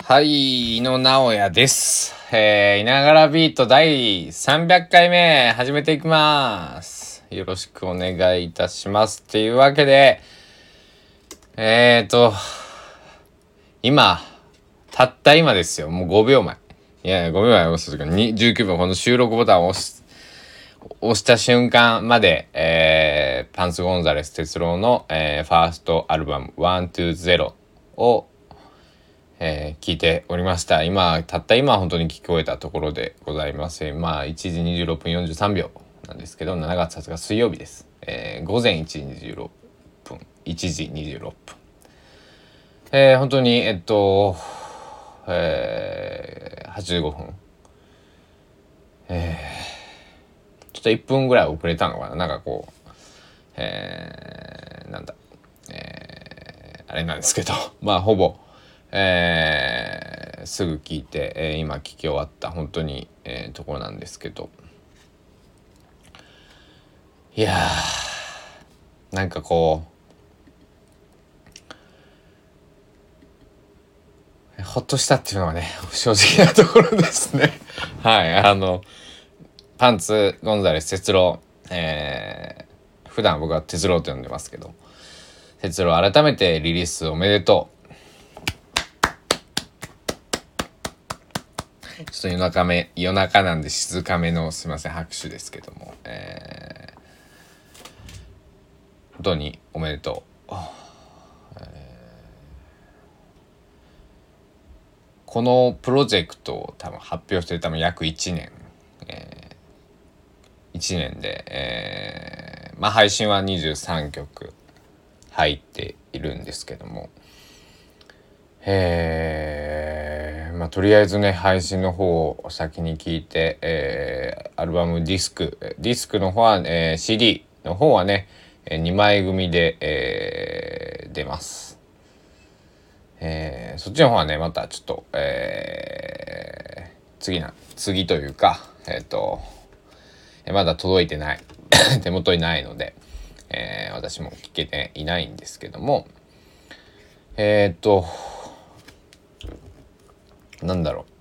はい、井野直哉です。いながらビート第300回目始めていきます。よろしくお願いいたします。っていうわけで、今、たった今ですよ。もう5秒前。いや、5秒前押すときに19分この収録ボタンを押した瞬間まで、パンス・ゴンザレス哲郎の、ファーストアルバム120を聞いておりました。たった今本当に聞こえたところでございます。1時26分43秒なんですけど、7月20日水曜日です。午前1時26分、1時26分。本当に、85分。ちょっと1分ぐらい遅れたのかな。なんかこう、なんだ、あれなんですけど、まあほぼ、すぐ聞いて、今聞き終わった本当に、ところなんですけど、いやーなんかこうほっとしたっていうのがね正直なところですねはいパンツゴンザレス哲郎、普段僕は哲郎と呼んでますけど、哲郎改めてリリースおめでとう。ちょっと夜中なんで静かめのすいません拍手ですけども、本当におめでとう。このプロジェクトを多分発表して約1年、1年で、配信は23曲入っているんですけども、とりあえずね配信の方を先に聞いて、アルバムディスクの方は、CD の方はね2枚組で、出ます。そっちの方はねまたちょっと、次というかまだ届いてない手元にないので、私も聞けていないんですけども、なんだろう、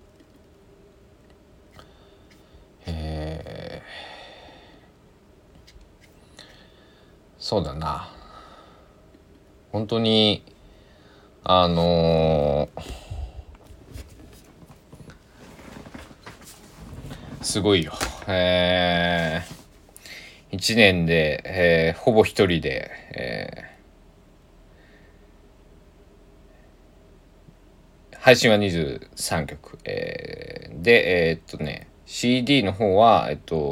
そうだな、本当にすごいよ。1年で、ほぼ一人で、配信は23曲、でCD の方は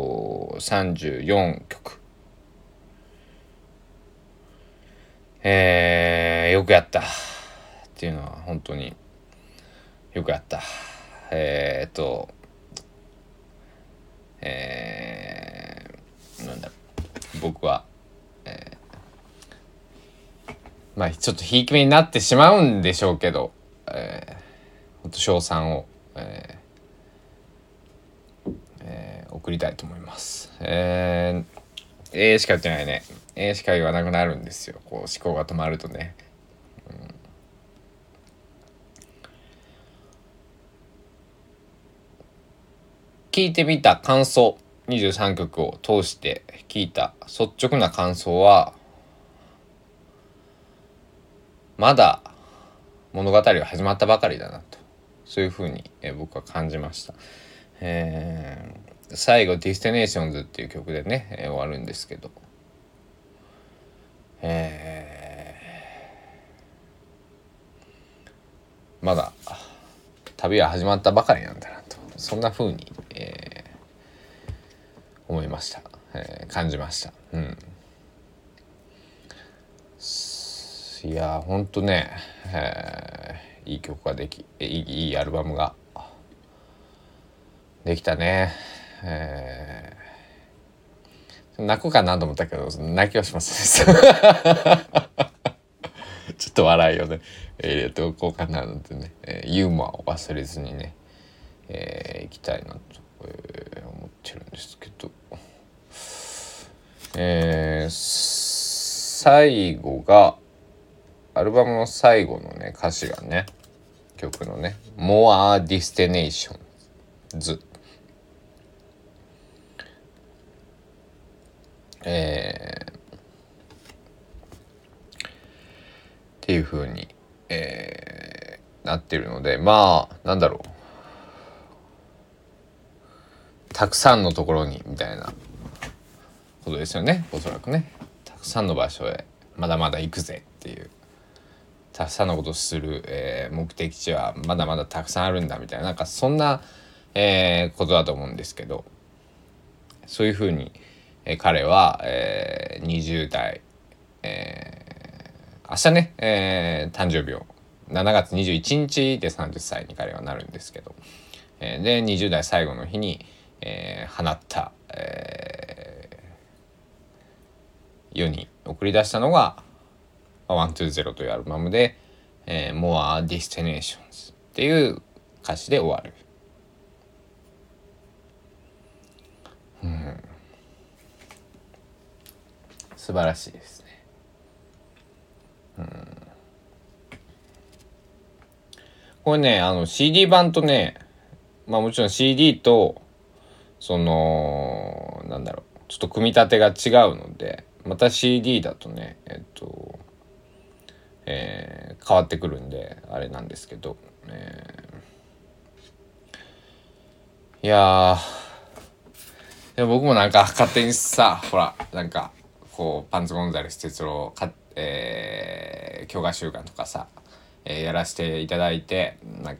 34曲、よくやったっていうのは本当によくやった。なんだ僕は、ちょっとひいき目になってしまうんでしょうけど、ほんと称賛を、送りたいと思います。しか言ってないね。しか言わなくなるんですよ。こう思考が止まるとね。聞いてみた感想、23曲を通して聞いた率直な感想は、まだ物語が始まったばかりだなと、そういうふうに、僕は感じました。最後「ディスティネーションズ」っていう曲でね、終わるんですけど、まだ旅は始まったばかりなんだなと、そんな風に、思いました、感じました。いやほんとね、いい曲がいいアルバムができたね。泣くかなと思ったけど泣きはしませんでしたちょっと笑いをね入れておこうかななんてね、ユーモアを忘れずにね、いきたいなと、思ってるんですけど、最後がアルバムの最後のね歌詞がね曲のね More Destinations っていう風に、なってるので、まあなんだろう、たくさんのところにみたいなことですよね、おそらくね。たくさんの場所へまだまだ行くぜっていう、たくさんのことをする、目的地はまだまだたくさんあるんだみたいな、なんかそんな、ことだと思うんですけど、そういうふうに、彼は、20代、明日ね、誕生日を7月21日で30歳に彼はなるんですけど、で20代最後の日に、放った、世に送り出したのが120というアルバムで、More Destinations っていう歌詞で終わる。素晴らしいですね。これね、CD 版とね、まあもちろん CD とそのなんだろう、ちょっと組み立てが違うので、また CD だとね変わってくるんであれなんですけど、いやでも僕もなんか勝手にさ、ほらなんかこうパンツゴンザレス哲郎か、教科週間とかさ、やらせていただいて、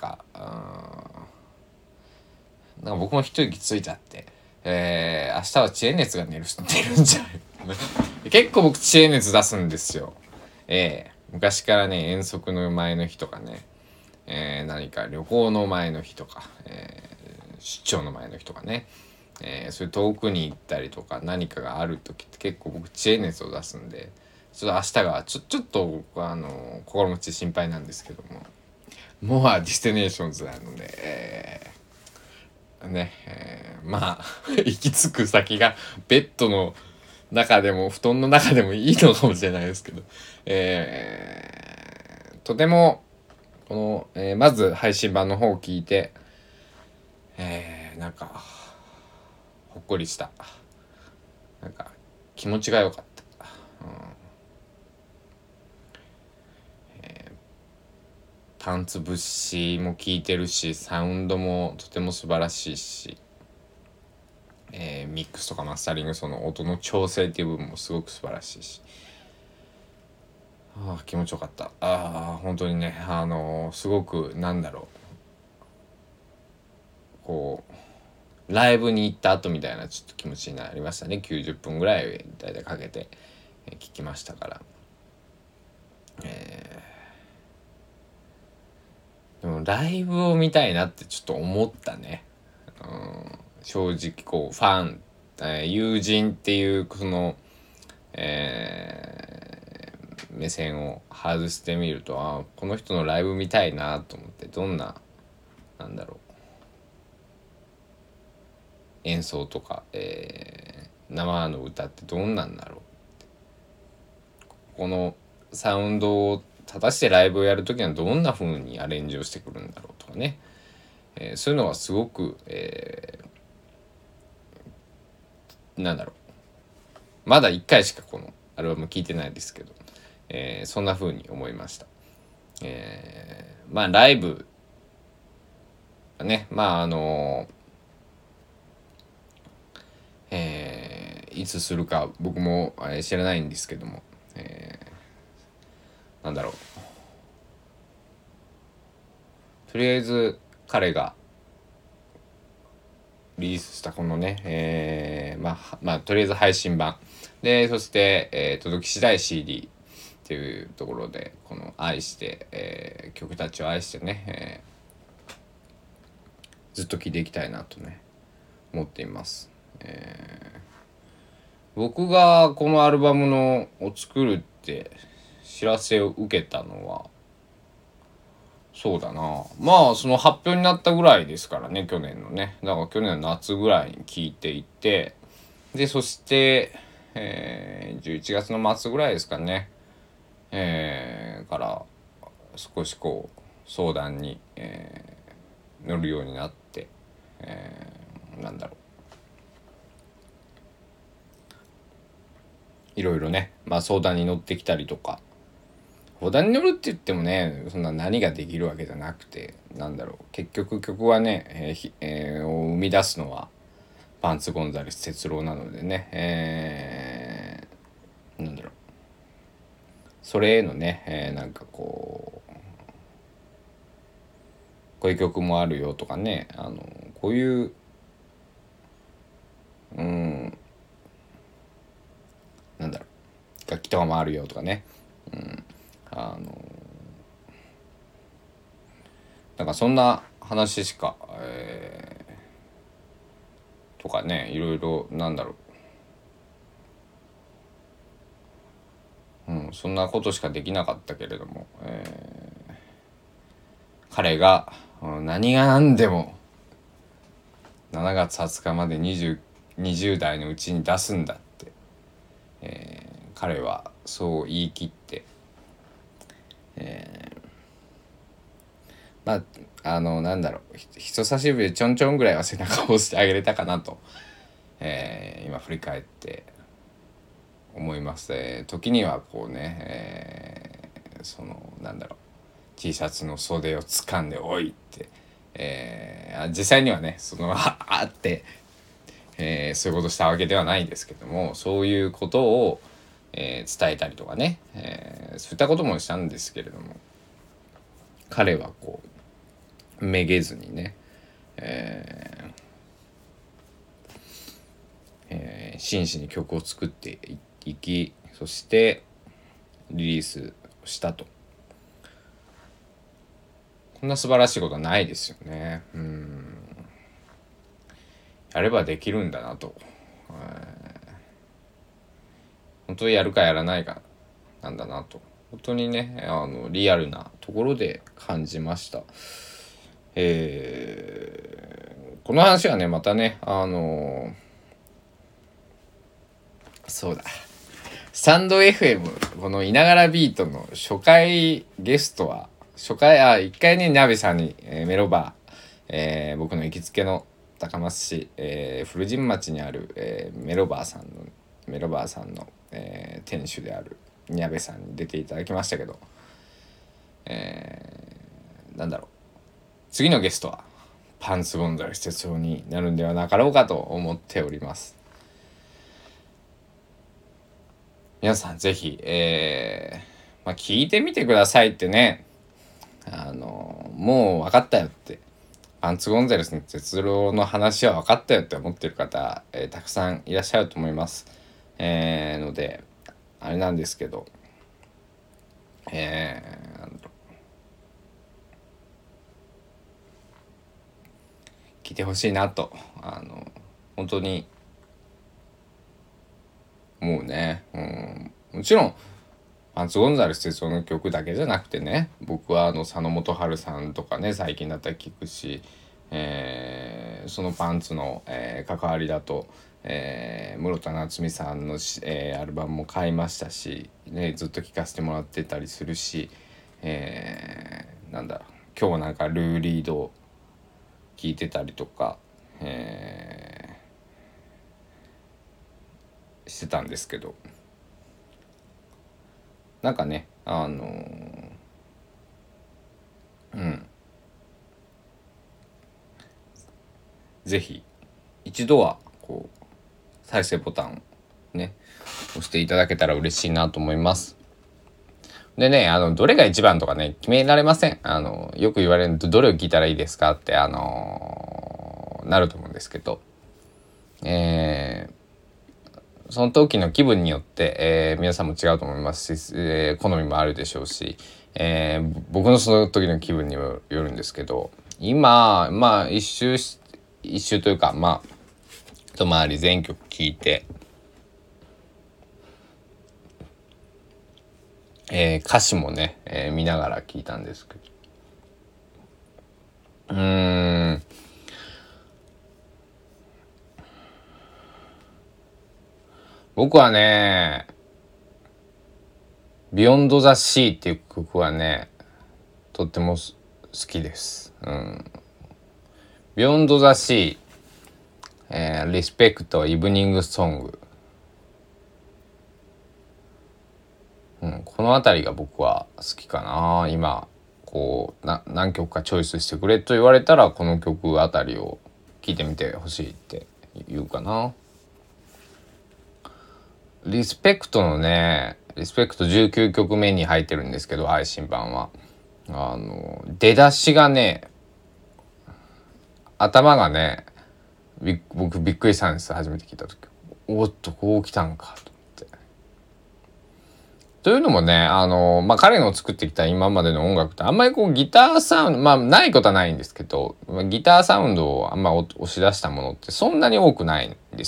なんか僕も一息ついちゃって、明日は知恵熱が出るんじゃない結構僕知恵熱出すんですよ。昔からね、遠足の前の日とかね、何か旅行の前の日とか、出張の前の日とかね、そういう遠くに行ったりとか何かがある時って結構僕知恵熱を出すんで、ちょっと明日がちょっと僕は心持ち心配なんですけども、モアディスティネーションズなので、まあ行き着く先がベッドの中でも布団の中でもいいのかもしれないですけど、とてもこの、まず配信版の方を聞いて、なんかほっこりした、なんか気持ちが良かった、パンツ節も効いてるし、サウンドもとても素晴らしいし、ミックスとかマスタリング、その音の調整っていう部分もすごく素晴らしいし、気持ちよかった。本当にね、すごくなんだろう、こうライブに行った後みたいなちょっと気持ちになりましたね。90分ぐらいだいたいかけて聞きましたから。でもライブを見たいなってちょっと思ったね。正直こうファン、友人っていうその、目線を外してみると、この人のライブ見たいなと思って、どんななんだろう、演奏とか、生の歌ってどんなんだろう、このサウンドを果たしてライブをやるときにはどんな風にアレンジをしてくるんだろうとかね、そういうのがすごく、なんだろう、まだ1回しかこのアルバム聴いてないですけど、そんな風に思いました。まあライブね、いつするか僕も知らないんですけども、なんだろう、とりあえず彼がリリースしたこのね、とりあえず配信版で、そして、届き次第 CD っていうところで、この愛して、曲たちを愛してね、ずっと聴いていきたいなとね思っています。僕がこのアルバムのを作るって知らせを受けたのは、そうだな、まあその発表になったぐらいですからね、去年のね。だから去年の夏ぐらいに聞いていて、でそして、11月の末ぐらいですかね、から少しこ相談に、乗るようになって、なんだろう、いろいろね、相談に乗ってきたりとか、相談に乗るって言ってもね、そんな何ができるわけじゃなくて、結局曲はね、を生み出すのはパンツゴンザレス哲郎なのでね、それへのね、こういう曲もあるよとかね、こういう楽器とかもあるよとかね、あのそんな話しか、とかね、いろいろそんなことしかできなかったけれども、彼が、何が何でも7月20日まで20代のうちに出すんだって、彼はそう言い切って、人差し指でちょんちょんぐらいは背中を押してあげれたかなと、今振り返って思います。時にはこうね、T シャツの袖を掴んでおいって、実際にはねあって、そういうことしたわけではないですけども、そういうことを、伝えたりとかね、そういったこともしたんですけれども、彼はこうめげずにね、真摯に曲を作っていき、そしてリリースしたと。こんな素晴らしいことはないですよね。やればできるんだなと、本当にやるかやらないかなんだなと、本当にね、リアルなところで感じました。この話はねまたね、そうだ、スタンド FM このいながらビートの初回ゲストは1回ねナビさんに、メロバー、僕の行きつけの高松市、古神町にある、メロバーさんの、店主であるニャベさんに出ていただきましたけど、次のゲストはパンツゴンザレス哲夫になるんではなかろうかと思っております。皆さんぜひ、聞いてみてくださいってね、もう分かったよって、パンツゴンザレスの哲郎の話は分かったよって思ってる方、たくさんいらっしゃると思います。のであれなんですけど、聞いてほしいなと、本当に思うね。もちろんパンツゴンザレス哲夫の曲だけじゃなくてね、僕は佐野元春さんとかね最近だったら聞くし、そのパンツの、関わりだと、室田夏美さんのアルバムも買いましたし、ね、ずっと聴かせてもらってたりするし、今日なんかルーリード聴いてたりとか、してたんですけど、なんかねぜひ一度はこう再生ボタンをね押していただけたら嬉しいなと思います。でね、どれが一番とかね決められません。よく言われるとどれを聞いたらいいですかってなると思うんですけど、その時の気分によって、皆さんも違うと思いますし、好みもあるでしょうし、僕のその時の気分にもよるんですけど、今一周というか一回り全曲聴いて、歌詞もね、見ながら聴いたんですけど、僕はねビヨンドザシーっていう曲はねとってもきです。ビヨンドザシー、リスペクト、イブニングソング、この辺りが僕は好きかな。今こう何曲かチョイスしてくれと言われたらこの曲あたりを聴いてみてほしいって言うかな。リスペクトのね、リスペクト19曲目に入ってるんですけど、配信版は出だしがね、頭がね、僕びっくりしたんです。初めて聞いた時、おっとこう来たんかと。というのもね、彼の作ってきた今までの音楽ってあんまりこうギターサウンド、ないことはないんですけど、ギターサウンドをあんま押し出したものってそんなに多くないんです。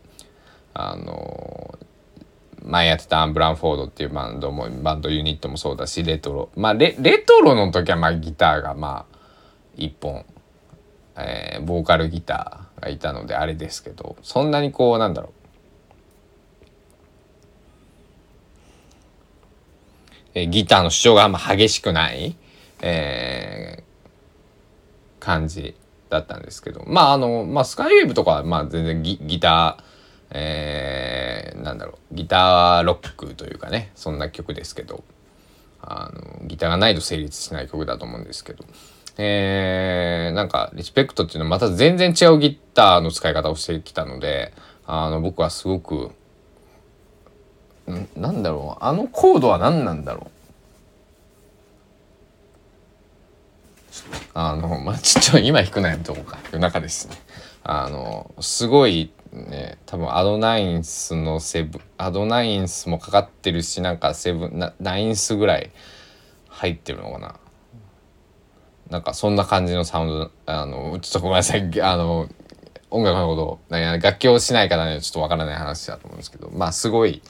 前やってたアンブランフォードっていうバンドユニットもそうだし、レトロ。レトロの時はギターが一本、ボーカルギターがいたのであれですけど、そんなにこうギターの主張があんま激しくない、感じだったんですけど、スカイウェーブとかは全然ギター、ギターロックというかね、そんな曲ですけど、ギターがないと成立しない曲だと思うんですけど、リスペクトっていうのはまた全然違うギターの使い方をしてきたので、僕はすごくコードは何なんだろう。ちょっと今弾くなよとか夜中ですね。すごいね、多分アドナインスもかかってるし、ナインスぐらい入ってるのかな。そんな感じのサウンド、ちょっとごめんなさい、音楽のこと、楽器をしない方にはちょっとわからない話だと思うんですけど、すごい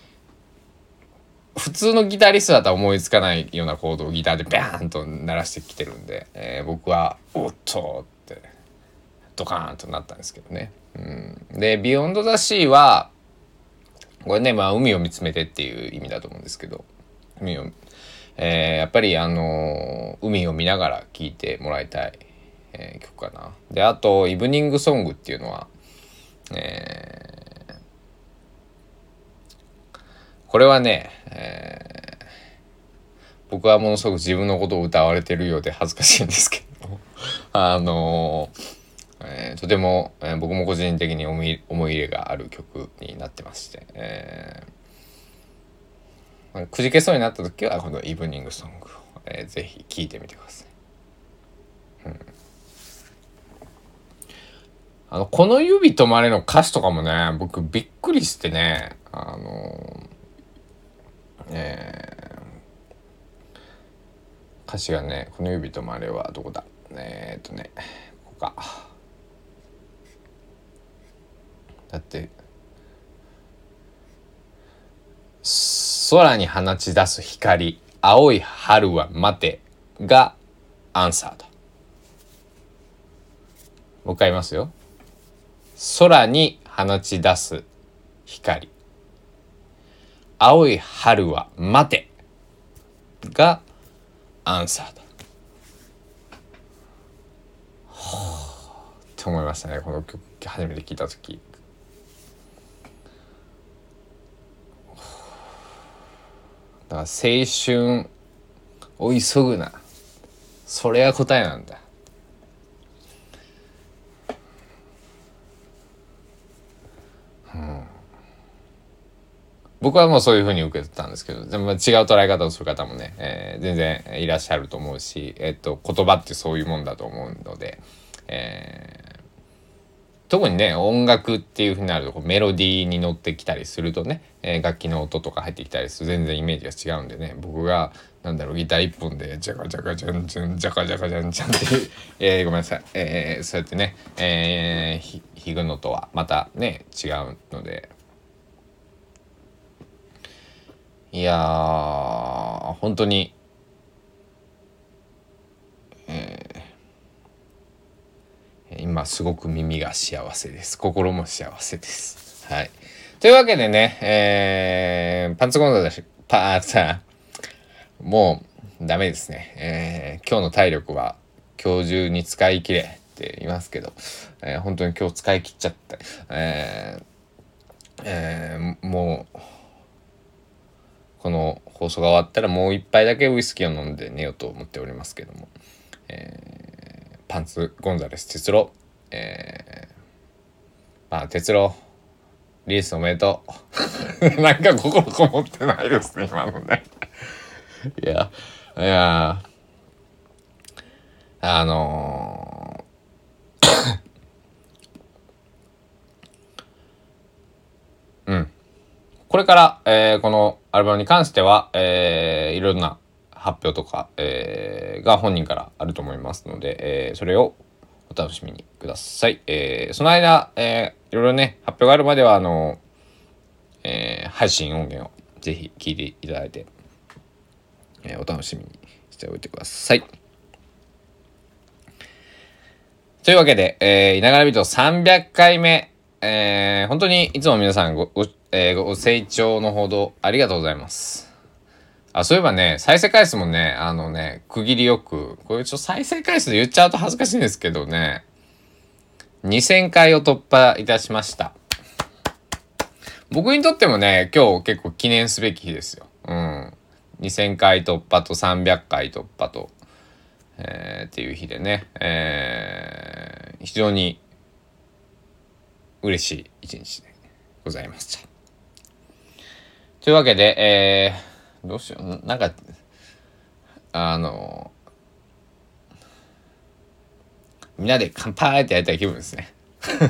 普通のギタリストだったら思いつかないようなコードをギターでバーンと鳴らしてきてるんで、僕はおっとってドカーンとなったんですけどね。でビヨンドザシーはこれね、海を見つめてっていう意味だと思うんですけど、やっぱり海を見ながら聴いてもらいたい、曲かな。であとイブニングソングっていうのは、これはね、僕はものすごく自分のことを歌われてるようで恥ずかしいんですけどとても、僕も個人的に思い入れがある曲になってまして、くじけそうになった時はこのイブニングソングを、ぜひ聴いてみてください。この指止まれの歌詞とかもね、僕びっくりしてね、歌詞がね、この指止まれはどこだ、ここか。だって空に放ち出す光、青い春は待てがアンサーだ。もう一回言いますよ。空に放ち出す光、青い春は待てがアンサーだ。って思いましたね、この曲初めて聞いた時。だから青春を急ぐな、それが答えなんだ。僕はもうそういう風に受けてたんですけど、でも違う捉え方をする方もね、全然いらっしゃると思うし、言葉ってそういうもんだと思うので、特にね音楽っていう風になるとメロディーに乗ってきたりするとね、楽器の音とか入ってきたりすると全然イメージが違うんでね、僕がギター一本でジャカジャカジャンジャンジャカジャカジャンジャンって、ごめんなさい、そうやってね、弾くのとはまたね違うので、いやー本当に、今すごく耳が幸せです。心も幸せです。はい。というわけでね、パンツコンダだし、もダメですね。今日の体力は今日中に使い切れって言いますけど、本当に今日使い切っちゃって、もうこの放送が終わったらもう一杯だけウイスキーを飲んで寝ようと思っておりますけども、パンツゴンザレス哲郎、哲郎リリースおめでとうなんか心こもってないですね今のねいやあのこれから、このアルバムに関しては、いろんな発表とか、が本人からあると思いますので、それをお楽しみにください。その間、いろいろね発表があるまでは配信音源をぜひ聞いていただいて、お楽しみにしておいてください。というわけで、いながらビート300回目、本当にいつも皆さんご清聴のほどありがとうございます。そういえばね、再生回数もね、区切りよく、これ再生回数で言っちゃうと恥ずかしいんですけどね、2000回を突破いたしました。僕にとってもね、今日結構記念すべき日ですよ。2000回突破と300回突破と、っていう日でね、非常に嬉しい一日でございました。というわけで、どうしよう、なんかみんなで乾杯ってやりたい気分ですね。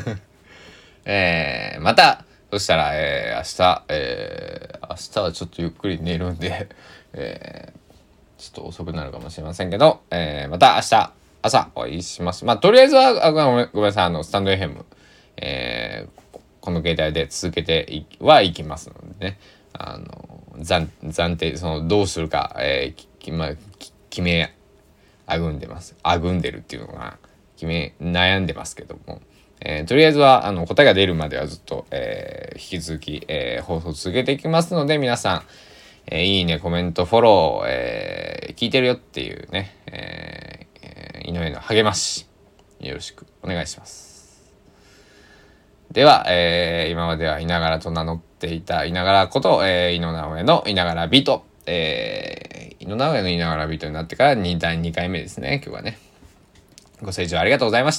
またそしたら、明日、明日はちょっとゆっくり寝るんで、ちょっと遅くなるかもしれませんけど、また明日朝お会いします。とりあえずはごめんなさい、スタンドFM、この携帯で続けていきますのでね、暫定どうするか、決めあぐんでるっていうのが悩んでますけども、とりあえずは答えが出るまではずっと、引き続き、放送続けていきますので、皆さん、いいね、コメント、フォロー、聞いてるよっていうね、井上の励ましよろしくお願いします。では、今まではいながらと名乗っていたいながらこと、井野直江のいながらビート、井野直江のいながらビートになってから第2回目ですね、今日はね。ご清聴ありがとうございました。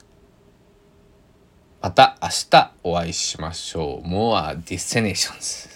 また明日お会いしましょう。More Destinations。